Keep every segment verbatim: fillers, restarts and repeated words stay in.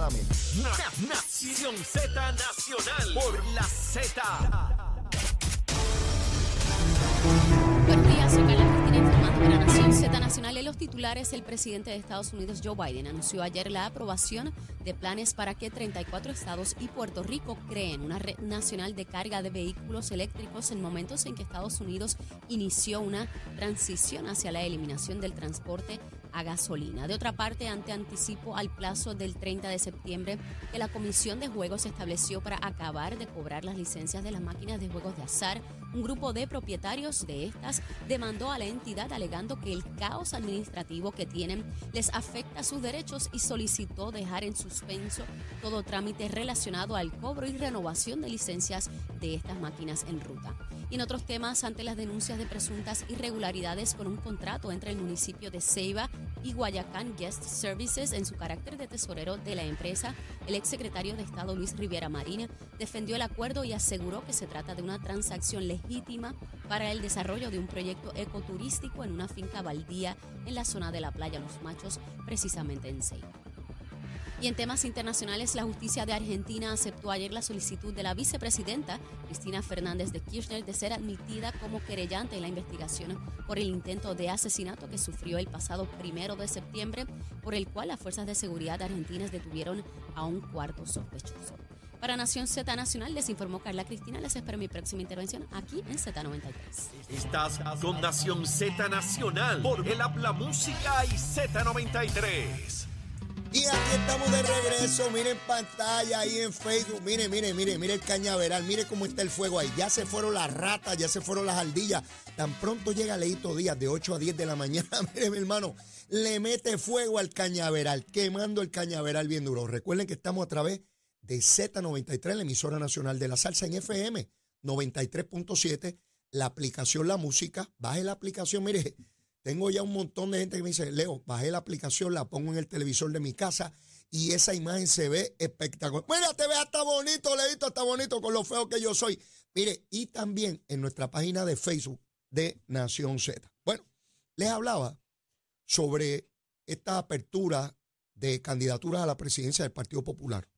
Llámame. Na- Nación Z Nacional por la Z. Buenos días, soy Carla Cristina informando para Nación Z Nacional. En los titulares, el presidente de Estados Unidos, Joe Biden, anunció ayer la aprobación de planes para que treinta y cuatro estados y Puerto Rico creen una red nacional de carga de vehículos eléctricos en momentos en que Estados Unidos inició una transición hacia la eliminación del transporte a gasolina. De otra parte, ante anticipo al plazo del treinta de septiembre que la Comisión de Juegos estableció para acabar de cobrar las licencias de las máquinas de juegos de azar, un grupo de propietarios de estas demandó a la entidad alegando que el caos administrativo que tienen les afecta sus derechos y solicitó dejar en suspenso todo trámite relacionado al cobro y renovación de licencias de estas máquinas en ruta. Y en otros temas, ante las denuncias de presuntas irregularidades con un contrato entre el municipio de Ceiba y Guayacán Guest Services en su carácter de tesorero de la empresa, el exsecretario de Estado Luis Rivera Marín defendió el acuerdo y aseguró que se trata de una transacción legítima para el desarrollo de un proyecto ecoturístico en una finca baldía en la zona de la playa Los Machos, precisamente en Ceiba. Y en temas internacionales, la justicia de Argentina aceptó ayer la solicitud de la vicepresidenta Cristina Fernández de Kirchner de ser admitida como querellante en la investigación por el intento de asesinato que sufrió el pasado primero de septiembre, por el cual las fuerzas de seguridad argentinas detuvieron a un cuarto sospechoso. Para Nación Z Nacional, les informó Carla Cristina. Les espero mi próxima intervención aquí en Z noventa y tres. Estás con Nación Z Nacional por el Habla Música y Z noventa y tres. Y aquí estamos de regreso, miren pantalla ahí en Facebook, mire, mire, mire, mire el cañaveral, mire cómo está el fuego ahí, ya se fueron las ratas, ya se fueron las ardillas, tan pronto llega Leito Díaz de ocho a diez de la mañana, mire mi hermano, le mete fuego al cañaveral, quemando el cañaveral bien duro. Recuerden que estamos a través de Z noventa y tres, la emisora nacional de la salsa en F M noventa y tres punto siete, la aplicación La Música, baje la aplicación, mire. Tengo ya un montón de gente que me dice, Leo, bajé la aplicación, la pongo en el televisor de mi casa y esa imagen se ve espectacular. Mira, te ve hasta bonito, Leito, hasta bonito con lo feo que yo soy. Mire, y también en nuestra página de Facebook de Nación Z. Bueno, les hablaba sobre esta apertura de candidaturas a la presidencia del Partido Popular.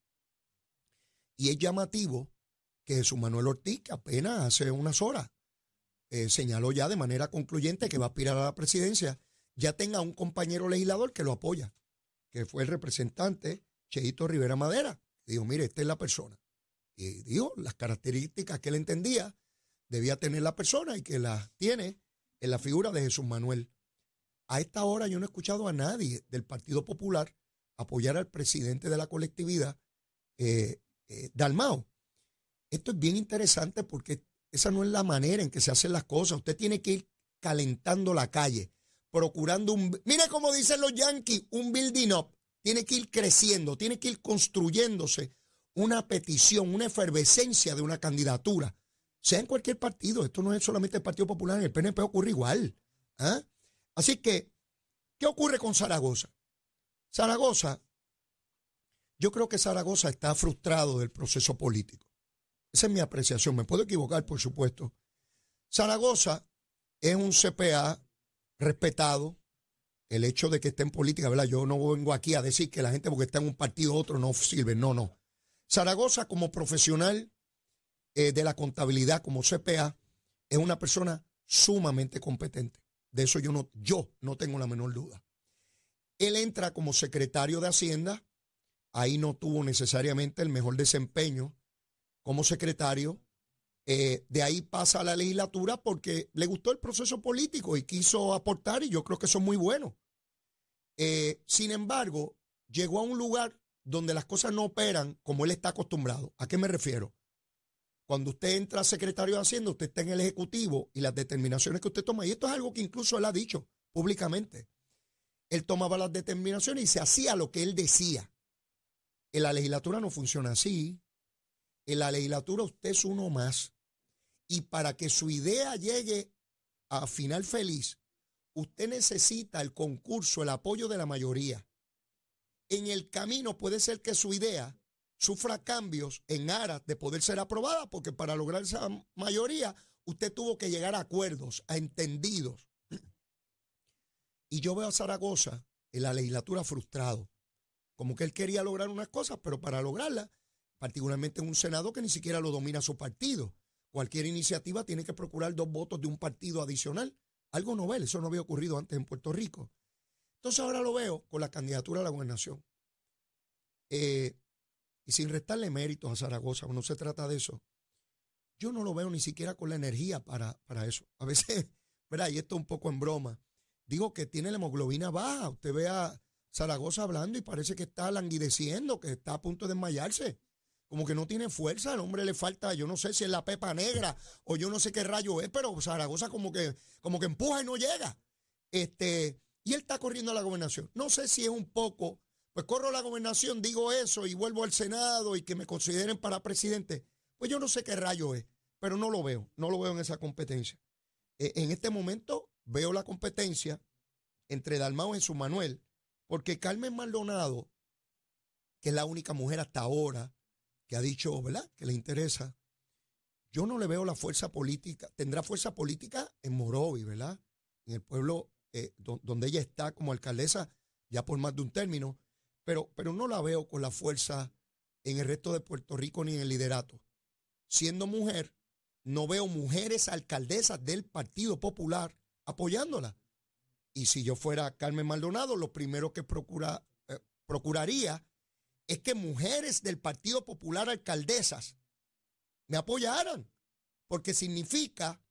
Y es llamativo que Jesús Manuel Ortiz, que apenas hace unas horas, Eh, señaló ya de manera concluyente que va a aspirar a la presidencia, ya tenga un compañero legislador que lo apoya, que fue el representante Cheito Rivera Madera. Dijo, mire, esta es la persona. Y dijo las características que él entendía debía tener la persona y que las tiene en la figura de Jesús Manuel. A esta hora yo no he escuchado a nadie del Partido Popular apoyar al presidente de la colectividad, eh, eh, Dalmau. Esto es bien interesante porque esa no es la manera en que se hacen las cosas. Usted tiene que ir calentando la calle, procurando un... Mire cómo dicen los yankees, un building up. Tiene que ir creciendo, tiene que ir construyéndose una petición, una efervescencia de una candidatura. Sea en cualquier partido, esto no es solamente el Partido Popular, en el P N P ocurre igual. ¿Ah? Así que, ¿qué ocurre con Zaragoza? Zaragoza, yo creo que Zaragoza está frustrado del proceso político. Esa es mi apreciación, me puedo equivocar, por supuesto. Zaragoza es un C P A respetado. El hecho de que esté en política, ¿verdad? Yo no vengo aquí a decir que la gente porque está en un partido u otro no sirve, no, no. Zaragoza como profesional eh, de la contabilidad, como C P A, es una persona sumamente competente. De eso yo no, yo no tengo la menor duda. Él entra como secretario de Hacienda, ahí no tuvo necesariamente el mejor desempeño como secretario, eh, de ahí pasa a la legislatura porque le gustó el proceso político y quiso aportar y yo creo que eso es muy bueno. Eh, sin embargo, llegó a un lugar donde las cosas no operan como él está acostumbrado. ¿A qué me refiero? Cuando usted entra a secretario de Hacienda, usted está en el Ejecutivo y las determinaciones que usted toma, y esto es algo que incluso él ha dicho públicamente, él tomaba las determinaciones y se hacía lo que él decía. En la legislatura no funciona así. En la legislatura usted es uno más. Y para que su idea llegue a final feliz, usted necesita el concurso, el apoyo de la mayoría. En el camino puede ser que su idea sufra cambios en aras de poder ser aprobada, porque para lograr esa mayoría usted tuvo que llegar a acuerdos, a entendidos. Y yo veo a Zaragoza en la legislatura frustrado como que él quería lograr unas cosas, pero para lograrlas, particularmente en un Senado que ni siquiera lo domina su partido, cualquier iniciativa tiene que procurar dos votos de un partido adicional. Algo novel, eso no había ocurrido antes en Puerto Rico. Entonces ahora lo veo con la candidatura a la gobernación. Eh, y sin restarle méritos a Zaragoza, no se trata de eso. Yo no lo veo ni siquiera con la energía para, para eso. A veces, ¿verdad? Y esto un poco en broma. Digo que tiene la hemoglobina baja. Usted ve a Zaragoza hablando y parece que está languideciendo, que está a punto de desmayarse. Como que no tiene fuerza, al hombre le falta, yo no sé si es la pepa negra o yo no sé qué rayo es, pero Zaragoza como que, como que empuja y no llega. Este, y él está corriendo a la gobernación. No sé si es un poco, pues corro a la gobernación, digo eso y vuelvo al Senado y que me consideren para presidente. Pues yo no sé qué rayo es, pero no lo veo, no lo veo en esa competencia. Eh, en este momento veo la competencia entre Dalmau y Jesús Manuel, porque Carmen Maldonado, que es la única mujer hasta ahora que ha dicho, ¿verdad?, que le interesa, yo no le veo la fuerza política. Tendrá fuerza política en Morovi, ¿verdad?, en el pueblo eh, do, donde ella está como alcaldesa ya por más de un término, pero, pero no la veo con la fuerza en el resto de Puerto Rico ni en el liderato. Siendo mujer, no veo mujeres alcaldesas del Partido Popular apoyándola. Y si yo fuera Carmen Maldonado, lo primero que procura, eh, procuraría es que mujeres del Partido Popular alcaldesas me apoyaran, porque significa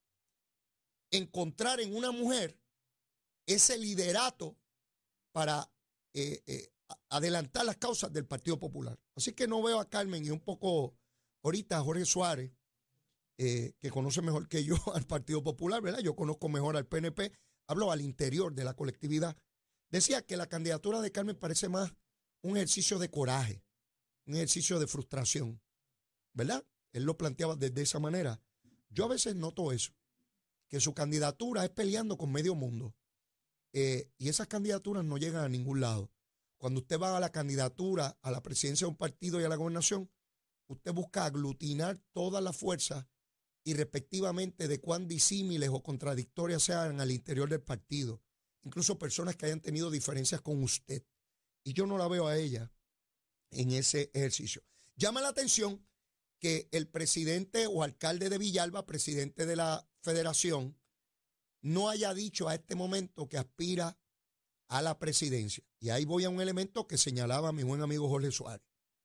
encontrar en una mujer ese liderato para eh, eh, adelantar las causas del Partido Popular. Así que no veo a Carmen y un poco ahorita a Jorge Suárez, eh, que conoce mejor que yo al Partido Popular, ¿verdad? Yo conozco mejor al P N P, hablo al interior de la colectividad. Decía que la candidatura de Carmen parece más un ejercicio de coraje, un ejercicio de frustración, ¿verdad? Él lo planteaba desde esa manera. Yo a veces noto eso, que su candidatura es peleando con medio mundo. Eh, y esas candidaturas no llegan a ningún lado. Cuando usted va a la candidatura a la presidencia de un partido y a la gobernación, usted busca aglutinar todas las fuerzas y respectivamente de cuán disímiles o contradictorias sean al interior del partido. Incluso personas que hayan tenido diferencias con usted. Y yo no la veo a ella en ese ejercicio. Llama la atención que el presidente o alcalde de Villalba, presidente de la federación, no haya dicho a este momento que aspira a la presidencia. Y ahí voy a un elemento que señalaba mi buen amigo Jorge Suárez.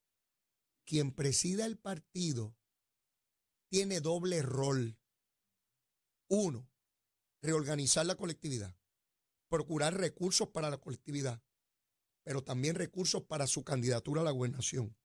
Quien presida el partido tiene doble rol. Uno, reorganizar la colectividad, procurar recursos para la colectividad, pero también recursos para su candidatura a la gobernación.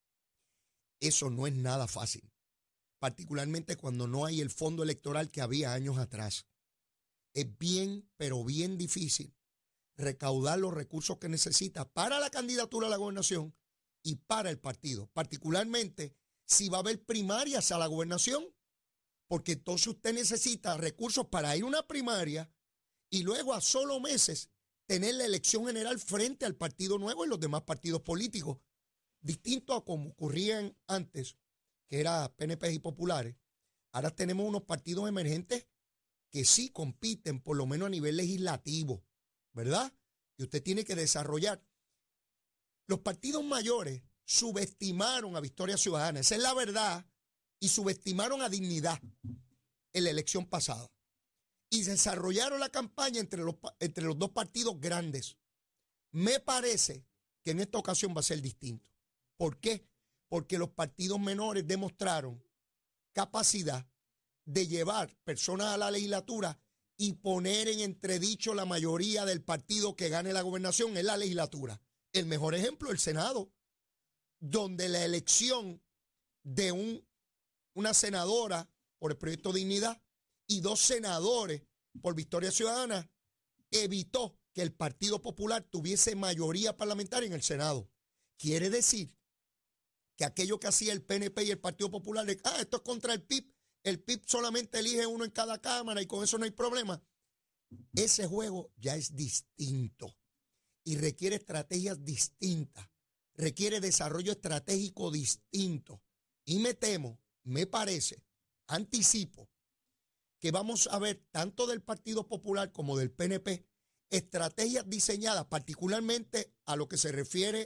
Eso no es nada fácil, particularmente cuando no hay el fondo electoral que había años atrás. Es bien, pero bien difícil recaudar los recursos que necesita para la candidatura a la gobernación y para el partido, particularmente si va a haber primarias a la gobernación, porque entonces usted necesita recursos para ir a una primaria y luego a solo meses tener la elección general frente al Partido Nuevo y los demás partidos políticos, distinto a como ocurrían antes, que era P N P y populares. Ahora tenemos unos partidos emergentes que sí compiten, por lo menos a nivel legislativo, ¿verdad? Y usted tiene que desarrollar. Los partidos mayores subestimaron a Victoria Ciudadana, esa es la verdad, y subestimaron a Dignidad en la elección pasada. Y desarrollaron la campaña entre los, entre los dos partidos grandes. Me parece que en esta ocasión va a ser distinto. ¿Por qué? Porque los partidos menores demostraron capacidad de llevar personas a la legislatura y poner en entredicho la mayoría del partido que gane la gobernación en la legislatura. El mejor ejemplo, el Senado, donde la elección de un, una senadora por el Proyecto Dignidad y dos senadores por Victoria Ciudadana evitó que el Partido Popular tuviese mayoría parlamentaria en el Senado. Quiere decir que aquello que hacía el P N P y el Partido Popular, de, ah, esto es contra el P I B, el P I B solamente elige uno en cada cámara y con eso no hay problema. Ese juego ya es distinto y requiere estrategias distintas, requiere desarrollo estratégico distinto. Y me temo, me parece, anticipo, que vamos a ver tanto del Partido Popular como del P N P estrategias diseñadas particularmente a lo que se refiere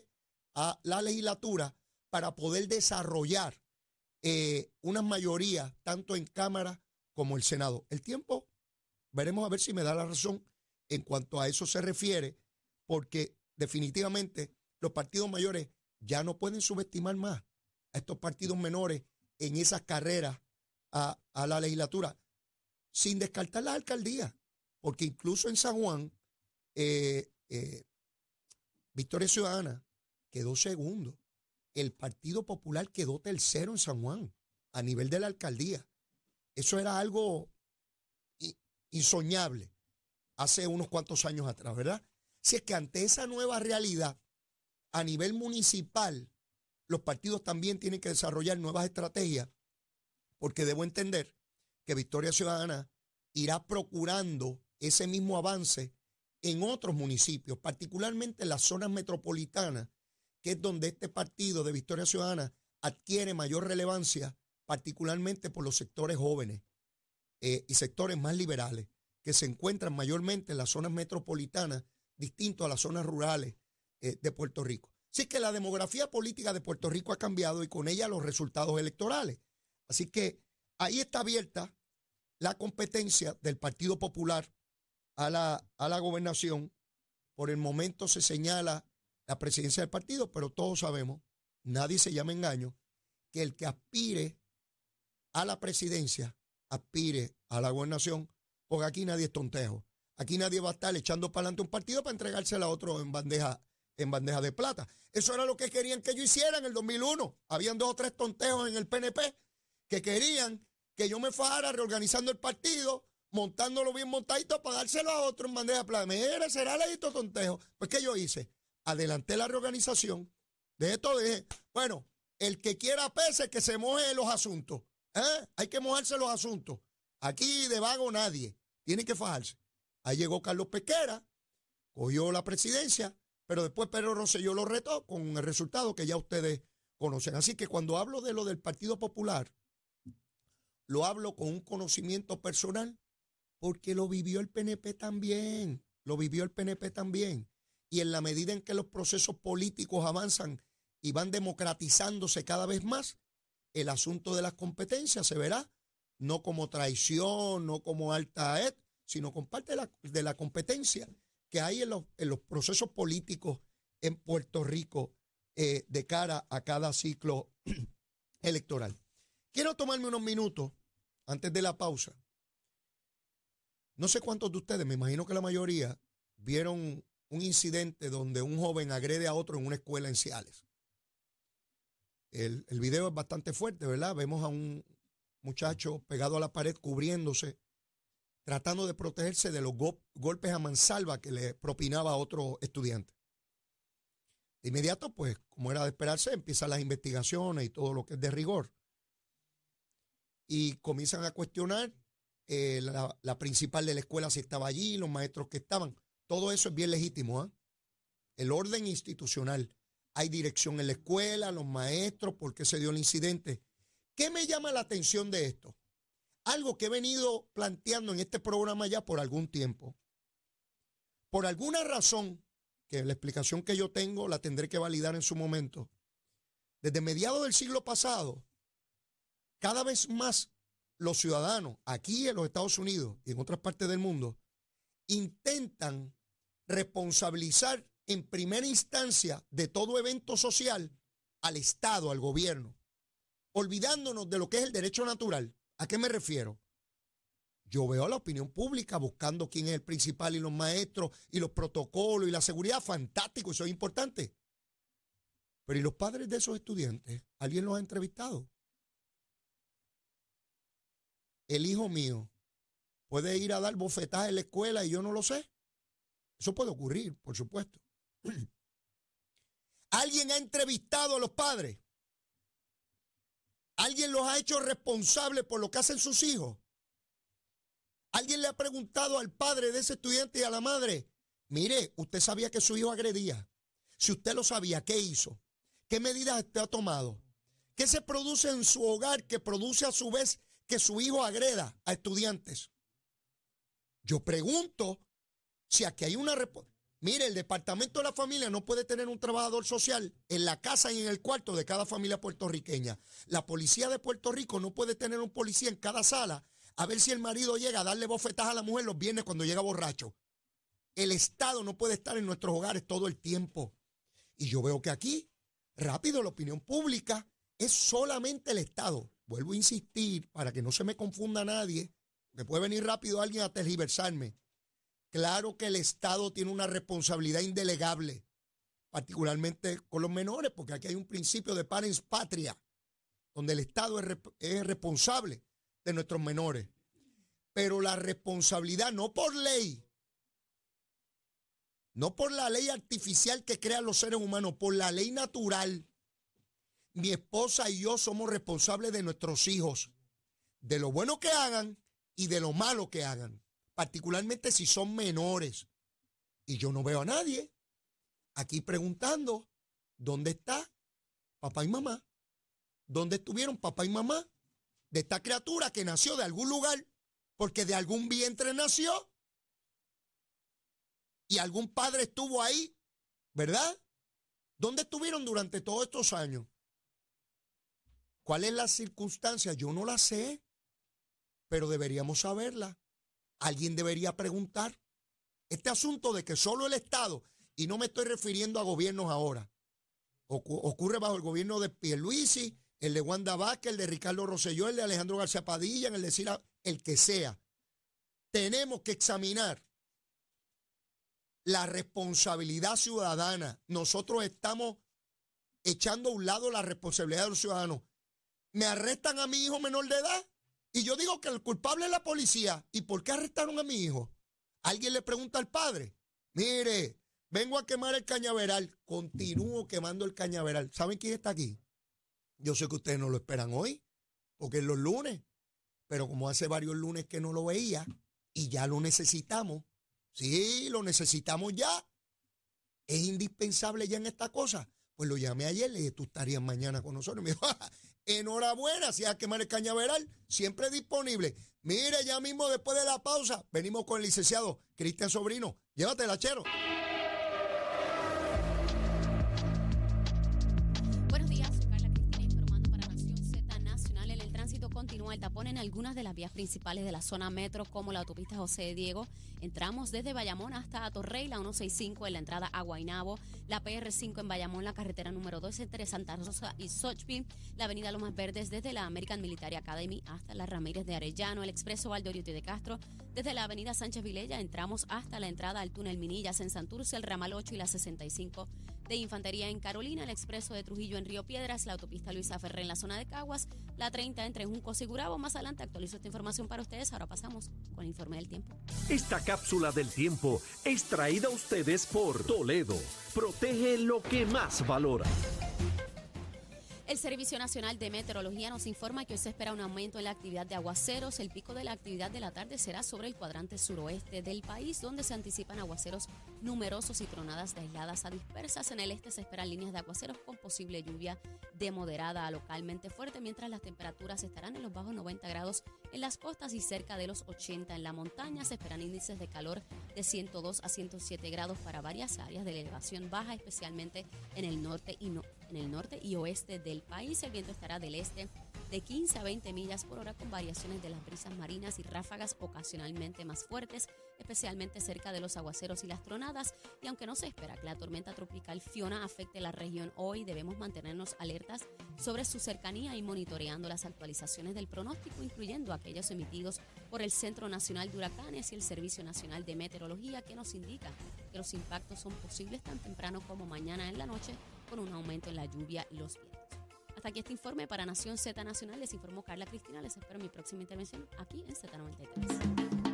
a la legislatura para poder desarrollar eh, unas mayorías tanto en Cámara como el Senado. El tiempo, veremos a ver si me da la razón en cuanto a eso se refiere, porque definitivamente los partidos mayores ya no pueden subestimar más a estos partidos menores en esas carreras a, a la legislatura, sin descartar las alcaldías, porque incluso en San Juan, eh, eh, Victoria Ciudadana quedó segundo. El Partido Popular quedó tercero en San Juan a nivel de la alcaldía. Eso era algo insoñable hace unos cuantos años atrás, ¿verdad? Si es que ante esa nueva realidad, a nivel municipal, los partidos también tienen que desarrollar nuevas estrategias, porque debo entender que Victoria Ciudadana irá procurando ese mismo avance en otros municipios, particularmente en las zonas metropolitanas, que es donde este partido de Victoria Ciudadana adquiere mayor relevancia, particularmente por los sectores jóvenes eh, y sectores más liberales, que se encuentran mayormente en las zonas metropolitanas, distinto a las zonas rurales eh, de Puerto Rico. Así que la demografía política de Puerto Rico ha cambiado y con ella los resultados electorales. Así que ahí está abierta la competencia del Partido Popular a la, a la gobernación. Por el momento se señala la presidencia del partido, pero todos sabemos, nadie se llama engaño, que el que aspire a la presidencia, aspire a la gobernación, porque aquí nadie es tontejo. Aquí nadie va a estar echando para adelante un partido para entregárselo a otro en bandeja, en bandeja de plata. Eso era lo que querían que yo hiciera en el dos mil uno. Habían dos o tres tontejos en el P N P que querían que yo me fajara reorganizando el partido, montándolo bien montadito para dárselo a otro en bandeja de plata. Mira, será leíto tontejo. Pues, ¿qué yo hice? Adelanté la reorganización. De esto dije, bueno, el que quiera pese, que se moje los asuntos. ¿Eh? Hay que mojarse los asuntos. Aquí de vago nadie. Tiene que fajarse. Ahí llegó Carlos Pesquera, cogió la presidencia, pero después Pedro Rosselló lo retó con el resultado que ya ustedes conocen. Así que cuando hablo de lo del Partido Popular, lo hablo con un conocimiento personal, porque lo vivió el P N P también. Lo vivió el P N P también. Y en la medida en que los procesos políticos avanzan y van democratizándose cada vez más, el asunto de las competencias se verá no como traición, no como alta ed, sino con parte de la, de la competencia que hay en los, en los procesos políticos en Puerto Rico eh, de cara a cada ciclo electoral. Quiero tomarme unos minutos antes de la pausa. No sé cuántos de ustedes, me imagino que la mayoría, vieron un incidente donde un joven agrede a otro en una escuela en Ciales. El, el video es bastante fuerte, ¿verdad? Vemos a un muchacho pegado a la pared cubriéndose, tratando de protegerse de los go- golpes a mansalva que le propinaba a otro estudiante. De inmediato, pues, como era de esperarse, empiezan las investigaciones y todo lo que es de rigor. Y comienzan a cuestionar eh, la, la principal de la escuela si estaba allí, los maestros que estaban. Todo eso es bien legítimo, ¿eh? El orden institucional. Hay dirección en la escuela, los maestros, ¿por qué se dio el incidente? ¿Qué me llama la atención de esto? Algo que he venido planteando en este programa ya por algún tiempo. Por alguna razón, que la explicación que yo tengo la tendré que validar en su momento, desde mediados del siglo pasado, cada vez más los ciudadanos aquí en los Estados Unidos y en otras partes del mundo intentan responsabilizar en primera instancia de todo evento social al Estado, al gobierno, olvidándonos de lo que es el derecho natural. ¿A qué me refiero? Yo veo a la opinión pública buscando quién es el principal y los maestros y los protocolos y la seguridad, fantástico, eso es importante. Pero ¿y los padres de esos estudiantes? ¿Alguien los ha entrevistado? El hijo mío puede ir a dar bofetadas en la escuela y yo no lo sé. Eso puede ocurrir, por supuesto. ¿Alguien ha entrevistado a los padres? ¿Alguien los ha hecho responsables por lo que hacen sus hijos? ¿Alguien le ha preguntado al padre de ese estudiante y a la madre, mire, usted sabía que su hijo agredía? Si usted lo sabía, ¿qué hizo? ¿Qué medidas usted ha tomado? ¿Qué se produce en su hogar que produce a su vez que su hijo agreda a estudiantes? Yo pregunto si aquí hay una respuesta. Mire, el Departamento de la Familia no puede tener un trabajador social en la casa y en el cuarto de cada familia puertorriqueña. La policía de Puerto Rico no puede tener un policía en cada sala a ver si el marido llega a darle bofetadas a la mujer los viernes cuando llega borracho. El Estado no puede estar en nuestros hogares todo el tiempo. Y yo veo que aquí, rápido, la opinión pública es solamente el Estado. Vuelvo a insistir para que no se me confunda nadie, que puede venir rápido alguien a tergiversarme. Claro que el Estado tiene una responsabilidad indelegable, particularmente con los menores, porque aquí hay un principio de parens patria, donde el Estado es, es responsable de nuestros menores. Pero la responsabilidad no por ley, no por la ley artificial que crean los seres humanos, por la ley natural. Mi esposa y yo somos responsables de nuestros hijos, de lo bueno que hagan y de lo malo que hagan, particularmente si son menores. Y yo no veo a nadie aquí preguntando, ¿dónde está papá y mamá? ¿Dónde estuvieron papá y mamá de esta criatura que nació de algún lugar? Porque de algún vientre nació y algún padre estuvo ahí, ¿verdad? ¿Dónde estuvieron durante todos estos años? ¿Cuál es la circunstancia? Yo no la sé, pero deberíamos saberla. Alguien debería preguntar. Este asunto de que solo el Estado, y no me estoy refiriendo a gobiernos ahora, ocurre bajo el gobierno de Pierluisi, el de Wanda Vázquez, el de Ricardo Rosselló, el de Alejandro García Padilla, el de Sila, el que sea. Tenemos que examinar la responsabilidad ciudadana. Nosotros estamos echando a un lado la responsabilidad de los ciudadanos. Me arrestan a mi hijo menor de edad y yo digo que el culpable es la policía. ¿Y por qué arrestaron a mi hijo? Alguien le pregunta al padre, mire, vengo a quemar el cañaveral. Continúo quemando el cañaveral. ¿Saben quién está aquí? Yo sé que ustedes no lo esperan hoy, porque es los lunes. Pero como hace varios lunes que no lo veía y ya lo necesitamos. Sí, lo necesitamos ya. Es indispensable ya en esta cosa. Pues lo llamé ayer, le dije, tú estarías mañana con nosotros. Y me dijo, enhorabuena, si vas a quemar el cañaveral, siempre disponible. Mire, ya mismo después de la pausa, venimos con el licenciado Cristian Sobrino. Llévatela, Chero. Buenos días, soy Carla Cristina informando para Nación Z Nacional. En el tránsito continúa el tapón en algunas de las vías principales de la zona metro, como la autopista José de Diego. Entramos desde Bayamón hasta Atorrey, la ciento sesenta y cinco en la entrada a Guaynabo, la P R cinco en Bayamón, la carretera número doce entre Santa Rosa y Xochipilli, la avenida Lomas Verdes desde la American Military Academy hasta la Ramírez de Arellano, el expreso Valdoriotti de Castro, desde la avenida Sánchez Vilella entramos hasta la entrada al túnel Minillas en Santurce, el ramal ocho y la sesenta y cinco de Infantería en Carolina, el expreso de Trujillo en Río Piedras, la autopista Luisa Ferré en la zona de Caguas, la treinta entre Juncos y Gurabo. Más adelante actualizo esta información para ustedes. Ahora pasamos con el informe del tiempo. Esta cápsula del tiempo es traída a ustedes por Toledo. Protege lo que más valora. El Servicio Nacional de Meteorología nos informa que hoy se espera un aumento en la actividad de aguaceros. El pico de la actividad de la tarde será sobre el cuadrante suroeste del país, donde se anticipan aguaceros numerosos y tronadas de aisladas a dispersas. En el este se esperan líneas de aguaceros con posible lluvia de moderada a localmente fuerte, mientras las temperaturas estarán en los bajos noventa grados en las costas y cerca de los ochenta en la montaña. Se esperan índices de calor de ciento dos a ciento siete grados para varias áreas de la elevación baja, especialmente en el norte y no en el norte y oeste del país. El viento estará del este de quince a veinte millas por hora, con variaciones de las brisas marinas y ráfagas ocasionalmente más fuertes, especialmente cerca de los aguaceros y las tronadas. Y aunque no se espera que la tormenta tropical Fiona afecte la región hoy, debemos mantenernos alertas sobre su cercanía y monitoreando las actualizaciones del pronóstico, incluyendo aquellos emitidos por el Centro Nacional de Huracanes y el Servicio Nacional de Meteorología, que nos indica que los impactos son posibles tan temprano como mañana en la noche, con un aumento en la lluvia y los vientos. Hasta aquí este informe para Nación Z Nacional. Les informó Carla Cristina. Les espero en mi próxima intervención aquí en Z noventa y tres.